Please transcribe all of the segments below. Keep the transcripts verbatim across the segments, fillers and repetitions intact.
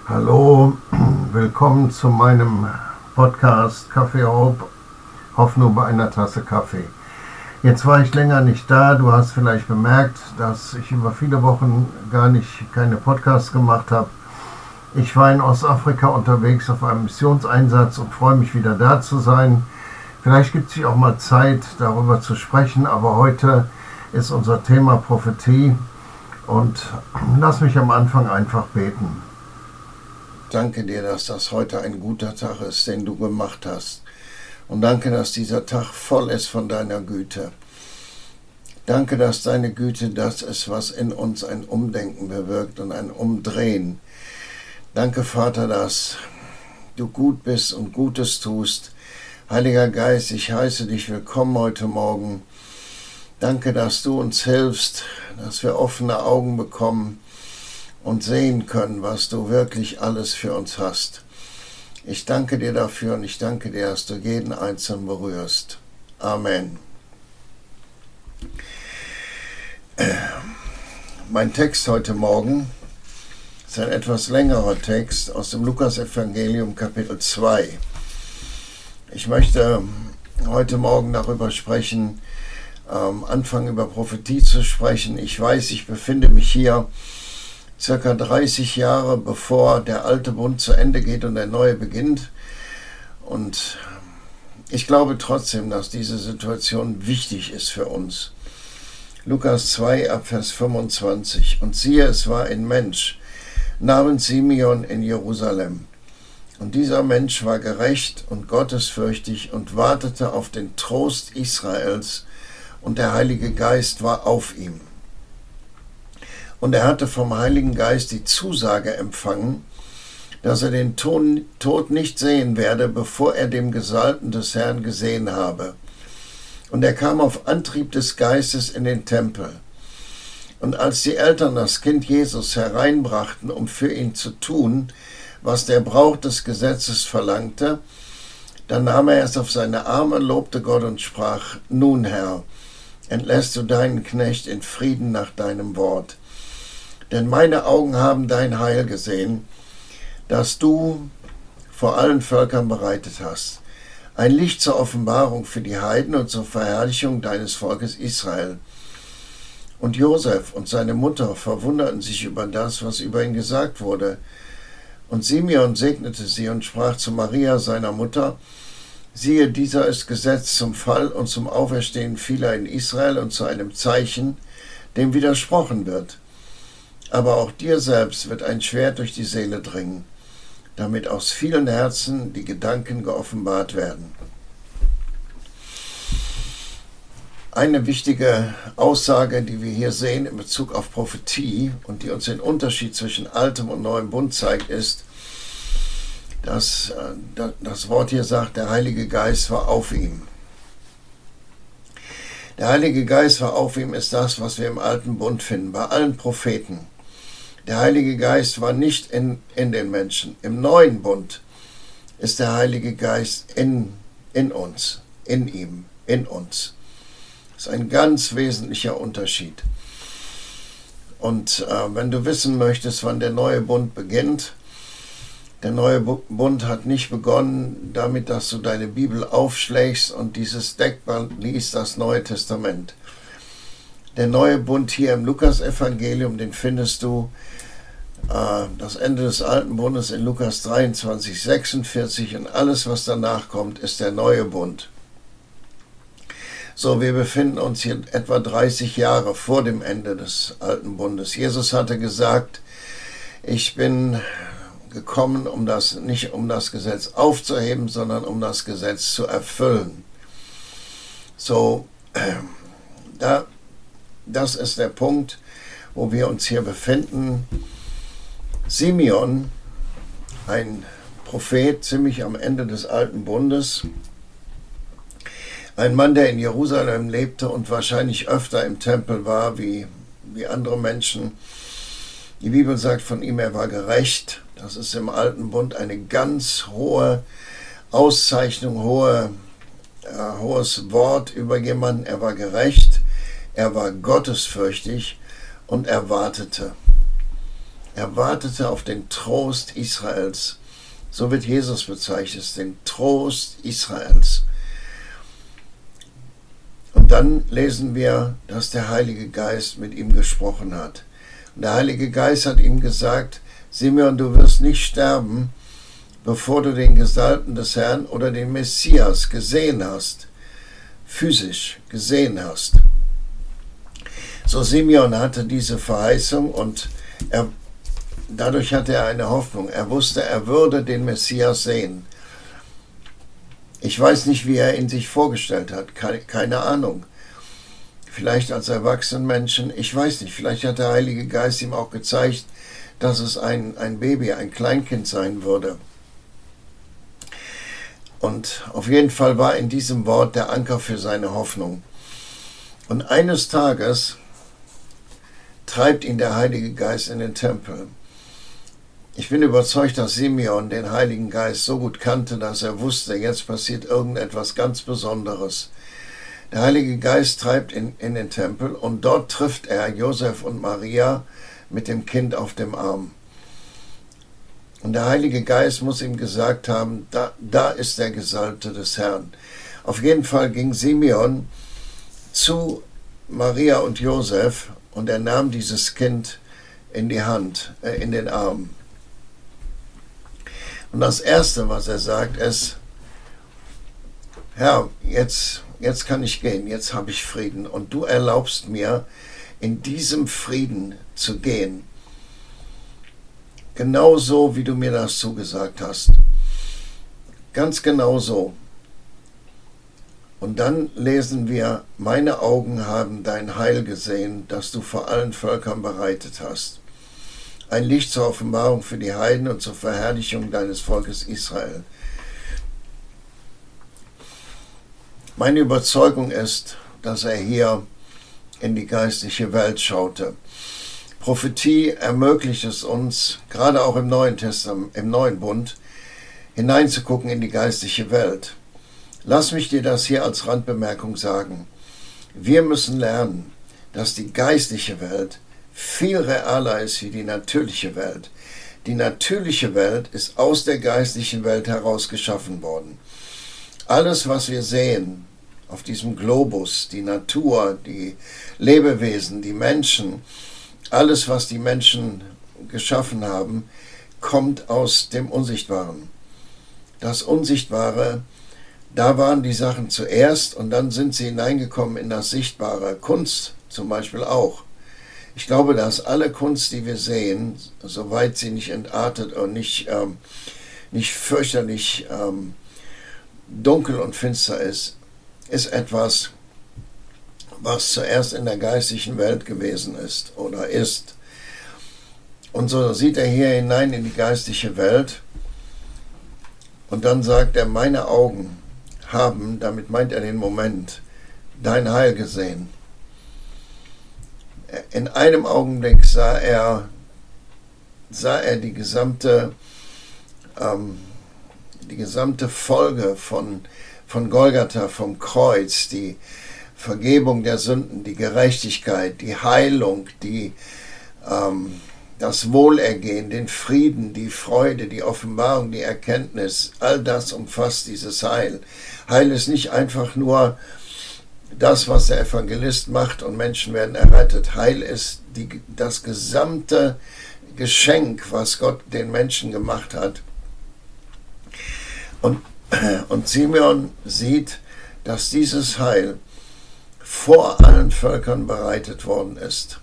Hallo, willkommen zu meinem Podcast Kaffee Hope, Hoffnung bei einer Tasse Kaffee. Jetzt war ich länger nicht da, du hast vielleicht bemerkt, dass ich über viele Wochen gar nicht keine Podcasts gemacht habe. Ich war in Ostafrika unterwegs auf einem Missionseinsatz und freue mich wieder da zu sein. Vielleicht gibt es sich auch mal Zeit, darüber zu sprechen, aber heute ist unser Thema Prophetie und lass mich am Anfang einfach beten. Danke dir, dass das heute ein guter Tag ist, den du gemacht hast. Und danke, dass dieser Tag voll ist von deiner Güte. Danke, dass deine Güte das ist, was in uns ein Umdenken bewirkt und ein Umdrehen. Danke, Vater, dass du gut bist und Gutes tust. Heiliger Geist, ich heiße dich willkommen heute Morgen. Danke, dass du uns hilfst, dass wir offene Augen bekommen und sehen können, was du wirklich alles für uns hast. Ich danke dir dafür und ich danke dir, dass du jeden Einzelnen berührst. Amen. Mein Text heute Morgen ist ein etwas längerer Text aus dem Lukas-Evangelium Kapitel zwei. Ich möchte heute Morgen darüber sprechen, am Anfang über Prophetie zu sprechen. Ich weiß, ich befinde mich hier circa dreißig Jahre bevor der alte Bund zu Ende geht und der neue beginnt. Und ich glaube trotzdem, dass diese Situation wichtig ist für uns. Lukas zwei, ab Vers fünfundzwanzig. Und siehe, es war ein Mensch namens Simeon in Jerusalem. Und dieser Mensch war gerecht und gottesfürchtig und wartete auf den Trost Israels, und der Heilige Geist war auf ihm. Und er hatte vom Heiligen Geist die Zusage empfangen, dass er den Tod nicht sehen werde, bevor er den Gesalbten des Herrn gesehen habe. Und er kam auf Antrieb des Geistes in den Tempel. Und als die Eltern das Kind Jesus hereinbrachten, um für ihn zu tun, was der Brauch des Gesetzes verlangte, dann nahm er es auf seine Arme, lobte Gott und sprach: Nun, Herr, entlässt du deinen Knecht in Frieden nach deinem Wort. Denn meine Augen haben dein Heil gesehen, das du vor allen Völkern bereitet hast. Ein Licht zur Offenbarung für die Heiden und zur Verherrlichung deines Volkes Israel. Und Josef und seine Mutter verwunderten sich über das, was über ihn gesagt wurde. Und Simeon segnete sie und sprach zu Maria, seiner Mutter: Siehe, dieser ist gesetzt zum Fall und zum Auferstehen vieler in Israel und zu einem Zeichen, dem widersprochen wird. Aber auch dir selbst wird ein Schwert durch die Seele dringen, damit aus vielen Herzen die Gedanken geoffenbart werden. Eine wichtige Aussage, die wir hier sehen in Bezug auf Prophetie und die uns den Unterschied zwischen altem und neuem Bund zeigt, ist, dass das Wort hier sagt, der Heilige Geist war auf ihm. Der Heilige Geist war auf ihm ist das, was wir im alten Bund finden, bei allen Propheten. Der Heilige Geist war nicht in, in den Menschen. Im neuen Bund ist der Heilige Geist in, in uns, in ihm, in uns. Das ist ein ganz wesentlicher Unterschied. Und äh, wenn du wissen möchtest, wann der neue Bund beginnt, der neue Bund hat nicht begonnen damit, dass du deine Bibel aufschlägst und dieses Deckband liest, das Neue Testament. Der neue Bund hier im Lukas-Evangelium, den findest du äh, das Ende des alten Bundes in Lukas dreiundzwanzig, sechsundvierzig, und alles, was danach kommt, ist der neue Bund. So, wir befinden uns hier etwa dreißig Jahre vor dem Ende des alten Bundes. Jesus hatte gesagt: Ich bin gekommen, um das, nicht um das Gesetz aufzuheben, sondern um das Gesetz zu erfüllen. So, äh, da Das ist der Punkt, wo wir uns hier befinden. Simeon, ein Prophet, ziemlich am Ende des alten Bundes, ein Mann, der in Jerusalem lebte und wahrscheinlich öfter im Tempel war wie, wie andere Menschen. Die Bibel sagt von ihm, er war gerecht. Das ist im alten Bund eine ganz hohe Auszeichnung, hohe, äh, hohes Wort über jemanden. Er war gerecht. Er war gottesfürchtig und er wartete. Er wartete auf den Trost Israels. So wird Jesus bezeichnet, den Trost Israels. Und dann lesen wir, dass der Heilige Geist mit ihm gesprochen hat. Und der Heilige Geist hat ihm gesagt, Simeon, du wirst nicht sterben, bevor du den Gesalbten des Herrn oder den Messias gesehen hast, physisch gesehen hast. So Simeon hatte diese Verheißung und er, dadurch hatte er eine Hoffnung. Er wusste, er würde den Messias sehen. Ich weiß nicht, wie er ihn sich vorgestellt hat, keine, keine Ahnung. Vielleicht als erwachsenen Menschen, ich weiß nicht, vielleicht hat der Heilige Geist ihm auch gezeigt, dass es ein, ein Baby, ein Kleinkind sein würde. Und auf jeden Fall war in diesem Wort der Anker für seine Hoffnung. Und eines Tages treibt ihn der Heilige Geist in den Tempel. Ich bin überzeugt, dass Simeon den Heiligen Geist so gut kannte, dass er wusste, jetzt passiert irgendetwas ganz Besonderes. Der Heilige Geist treibt ihn in den Tempel und dort trifft er Josef und Maria mit dem Kind auf dem Arm. Und der Heilige Geist muss ihm gesagt haben, da, da ist der Gesalbte des Herrn. Auf jeden Fall ging Simeon zu Maria und Josef und er nahm dieses Kind in die Hand, äh, in den Arm. Und das Erste, was er sagt, ist, Herr, jetzt, jetzt kann ich gehen, jetzt habe ich Frieden und du erlaubst mir, in diesem Frieden zu gehen. Genau so, wie du mir das zugesagt hast. Ganz genau so. Und dann lesen wir, meine Augen haben dein Heil gesehen, das du vor allen Völkern bereitet hast. Ein Licht zur Offenbarung für die Heiden und zur Verherrlichung deines Volkes Israel. Meine Überzeugung ist, dass er hier in die geistliche Welt schaute. Prophetie ermöglicht es uns, gerade auch im Neuen Testament, im Neuen Bund, hineinzugucken in die geistliche Welt. Lass mich dir das hier als Randbemerkung sagen. Wir müssen lernen, dass die geistliche Welt viel realer ist wie die natürliche Welt. Die natürliche Welt ist aus der geistlichen Welt heraus geschaffen worden. Alles, was wir sehen auf diesem Globus, die Natur, die Lebewesen, die Menschen, alles, was die Menschen geschaffen haben, kommt aus dem Unsichtbaren. Das Unsichtbare, da waren die Sachen zuerst und dann sind sie hineingekommen in das Sichtbare. Kunst zum Beispiel auch. Ich glaube, dass alle Kunst, die wir sehen, soweit sie nicht entartet und nicht, ähm, nicht fürchterlich ähm, dunkel und finster ist, ist etwas, was zuerst in der geistlichen Welt gewesen ist oder ist. Und so sieht er hier hinein in die geistliche Welt und dann sagt er, meine Augen haben, damit meint er den Moment, dein Heil gesehen. In einem Augenblick sah er, sah er die gesamte, ähm, die gesamte Folge von, von Golgatha, vom Kreuz, die Vergebung der Sünden, die Gerechtigkeit, die Heilung, die, ähm, das Wohlergehen, den Frieden, die Freude, die Offenbarung, die Erkenntnis, all das umfasst dieses Heil. Heil ist nicht einfach nur das, was der Evangelist macht und Menschen werden errettet. Heil ist die, das gesamte Geschenk, was Gott den Menschen gemacht hat. Und, und Simeon sieht, dass dieses Heil vor allen Völkern bereitet worden ist.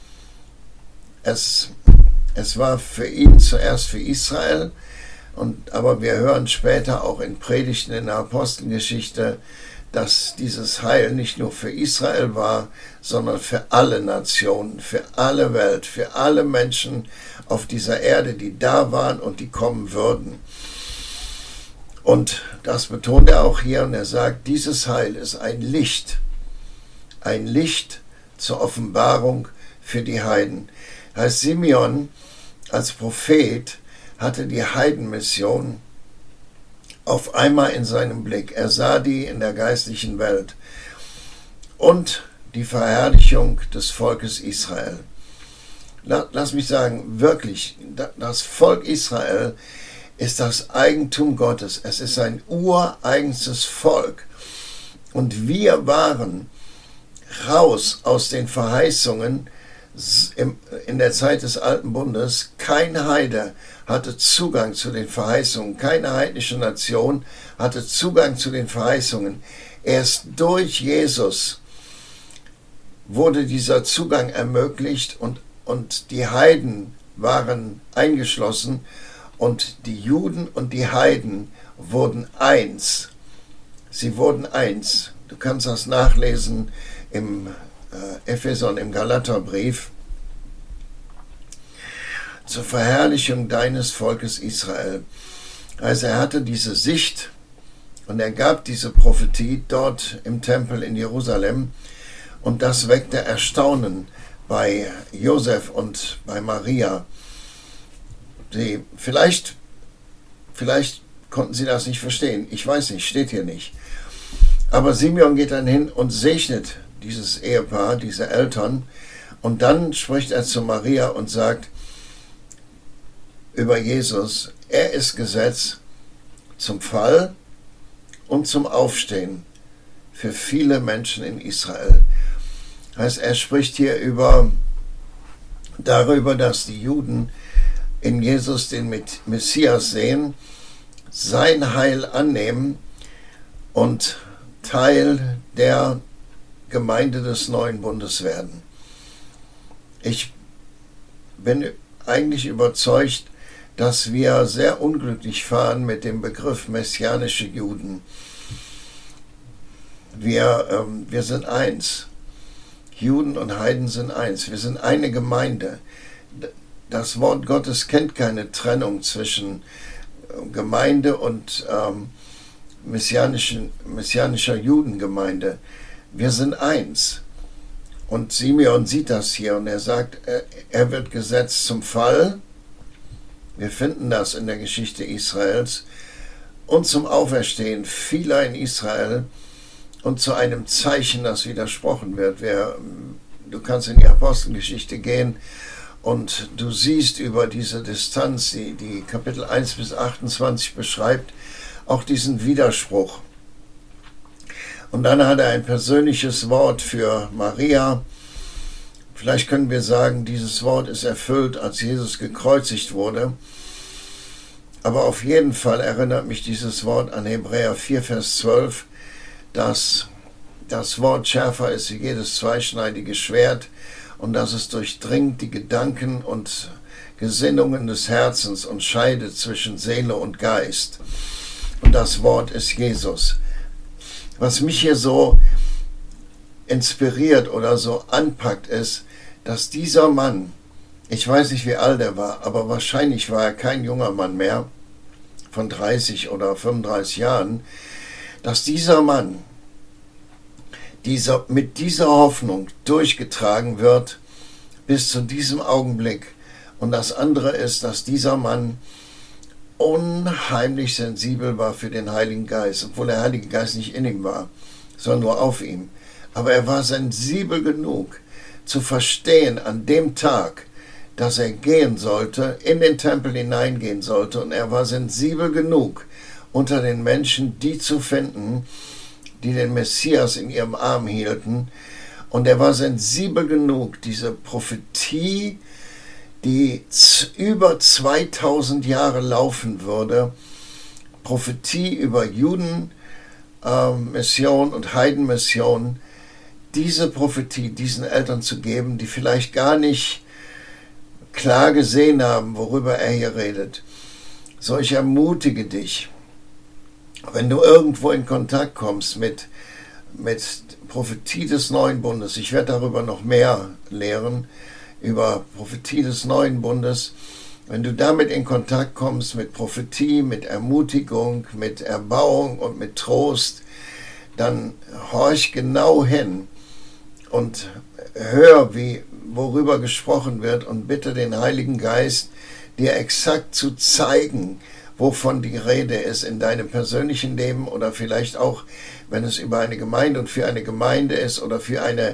Es, es war für ihn zuerst für Israel, und, aber wir hören später auch in Predigten in der Apostelgeschichte, dass dieses Heil nicht nur für Israel war, sondern für alle Nationen, für alle Welt, für alle Menschen auf dieser Erde, die da waren und die kommen würden. Und das betont er auch hier und er sagt, dieses Heil ist ein Licht, ein Licht zur Offenbarung für die Heiden. Heißt, Simeon als Prophet hatte die Heidenmission auf einmal in seinem Blick. Er sah die in der geistlichen Welt und die Verherrlichung des Volkes Israel. lass mich sagen, wirklich, das Volk Israel ist das Eigentum Gottes. Es ist sein ureigenstes Volk. Und wir waren raus aus den Verheißungen in der Zeit des Alten Bundes. Kein Heide hatte Zugang zu den Verheißungen. Keine heidnische Nation hatte Zugang zu den Verheißungen. Erst durch Jesus wurde dieser Zugang ermöglicht und, und die Heiden waren eingeschlossen und die Juden und die Heiden wurden eins. Sie wurden eins. Du kannst das nachlesen im äh, Epheser und im Galaterbrief. Zur Verherrlichung deines Volkes Israel. Also er hatte diese Sicht und er gab diese Prophetie dort im Tempel in Jerusalem und das weckte Erstaunen bei Josef und bei Maria. Sie, vielleicht, vielleicht konnten sie das nicht verstehen. Ich weiß nicht, steht hier nicht. Aber Simeon geht dann hin und segnet dieses Ehepaar, diese Eltern. Und dann spricht er zu Maria und sagt über Jesus, er ist Gesetz zum Fall und zum Aufstehen für viele Menschen in Israel. Heißt, er spricht hier über, darüber, dass die Juden in Jesus den Messias sehen, sein Heil annehmen und Teil der Gemeinde des neuen Bundes werden. Ich bin eigentlich überzeugt, dass wir sehr unglücklich fahren mit dem Begriff messianische Juden. Wir, ähm, wir sind eins. Juden und Heiden sind eins. Wir sind eine Gemeinde. Das Wort Gottes kennt keine Trennung zwischen Gemeinde und ähm, messianischen, messianischer Judengemeinde. Wir sind eins. Und Simeon sieht das hier und er sagt, er wird gesetzt zum Fall. Wir finden das in der Geschichte Israels. Und zum Auferstehen vieler in Israel und zu einem Zeichen, das widersprochen wird. Wer, du kannst in die Apostelgeschichte gehen und du siehst über diese Distanz, die, die Kapitel eins bis achtundzwanzig beschreibt, auch diesen Widerspruch. Und dann hat er ein persönliches Wort für Maria. Vielleicht können wir sagen, dieses Wort ist erfüllt, als Jesus gekreuzigt wurde. Aber auf jeden Fall erinnert mich dieses Wort an Hebräer vier, Vers zwölf, dass das Wort schärfer ist wie jedes zweischneidige Schwert und dass es durchdringt die Gedanken und Gesinnungen des Herzens und scheidet zwischen Seele und Geist. Und das Wort ist Jesus. Was mich hier so inspiriert oder so anpackt, ist, dass dieser Mann, ich weiß nicht, wie alt er war, aber wahrscheinlich war er kein junger Mann mehr, von dreißig oder fünfunddreißig Jahren, dass dieser Mann dieser, mit dieser Hoffnung durchgetragen wird bis zu diesem Augenblick. Und das andere ist, dass dieser Mann unheimlich sensibel war für den Heiligen Geist, obwohl der Heilige Geist nicht in ihm war, sondern nur auf ihm. Aber er war sensibel genug, zu verstehen an dem Tag, dass er gehen sollte, in den Tempel hineingehen sollte. Und er war sensibel genug, unter den Menschen die zu finden, die den Messias in ihrem Arm hielten. Und er war sensibel genug, diese Prophetie, die über zweitausend Jahre laufen würde, Prophetie über Judenmission äh, und Heidenmission, diese Prophetie diesen Eltern zu geben, die vielleicht gar nicht klar gesehen haben, worüber er hier redet. So, ich ermutige dich, wenn du irgendwo in Kontakt kommst mit, mit Prophetie des Neuen Bundes, ich werde darüber noch mehr lehren, über Prophetie des Neuen Bundes, wenn du damit in Kontakt kommst mit Prophetie, mit Ermutigung, mit Erbauung und mit Trost, dann horch genau hin und hör, wie, worüber gesprochen wird und bitte den Heiligen Geist, dir exakt zu zeigen, wovon die Rede ist in deinem persönlichen Leben oder vielleicht auch, wenn es über eine Gemeinde und für eine Gemeinde ist oder für eine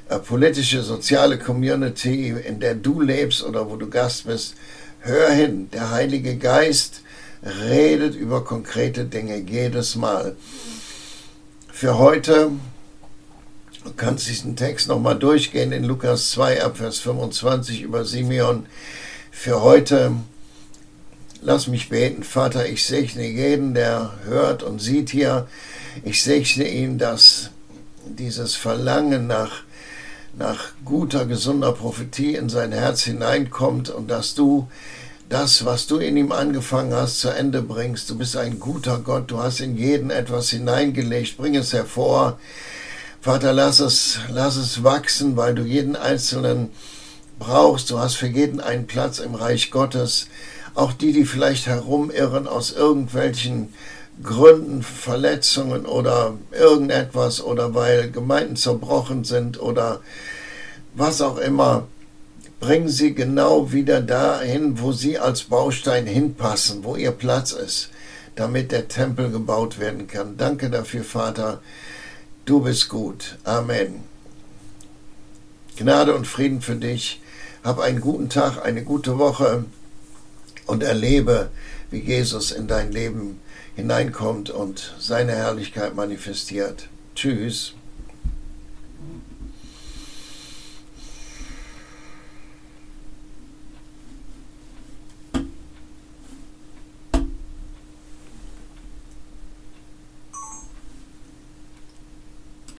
äh, politische, soziale Community, in der du lebst oder wo du Gast bist, hör hin. Der Heilige Geist redet über konkrete Dinge jedes Mal. Für heute, du kannst diesen Text nochmal durchgehen in Lukas zwei, ab Vers fünfundzwanzig über Simeon. Für heute, lass mich beten. Vater, ich segne jeden, der hört und sieht hier. Ich segne ihn, dass dieses Verlangen nach, nach guter, gesunder Prophetie in sein Herz hineinkommt und dass du das, was du in ihm angefangen hast, zu Ende bringst. Du bist ein guter Gott, du hast in jeden etwas hineingelegt, bring es hervor. Vater, lass es, lass es wachsen, weil du jeden Einzelnen brauchst. Du hast für jeden einen Platz im Reich Gottes. Auch die, die vielleicht herumirren aus irgendwelchen Gründen, Verletzungen oder irgendetwas oder weil Gemeinden zerbrochen sind oder was auch immer. Bringen sie genau wieder dahin, wo sie als Baustein hinpassen, wo ihr Platz ist, damit der Tempel gebaut werden kann. Danke dafür, Vater. Du bist gut. Amen. Gnade und Frieden für dich. Hab einen guten Tag, eine gute Woche und erlebe, wie Jesus in dein Leben hineinkommt und seine Herrlichkeit manifestiert. Tschüss.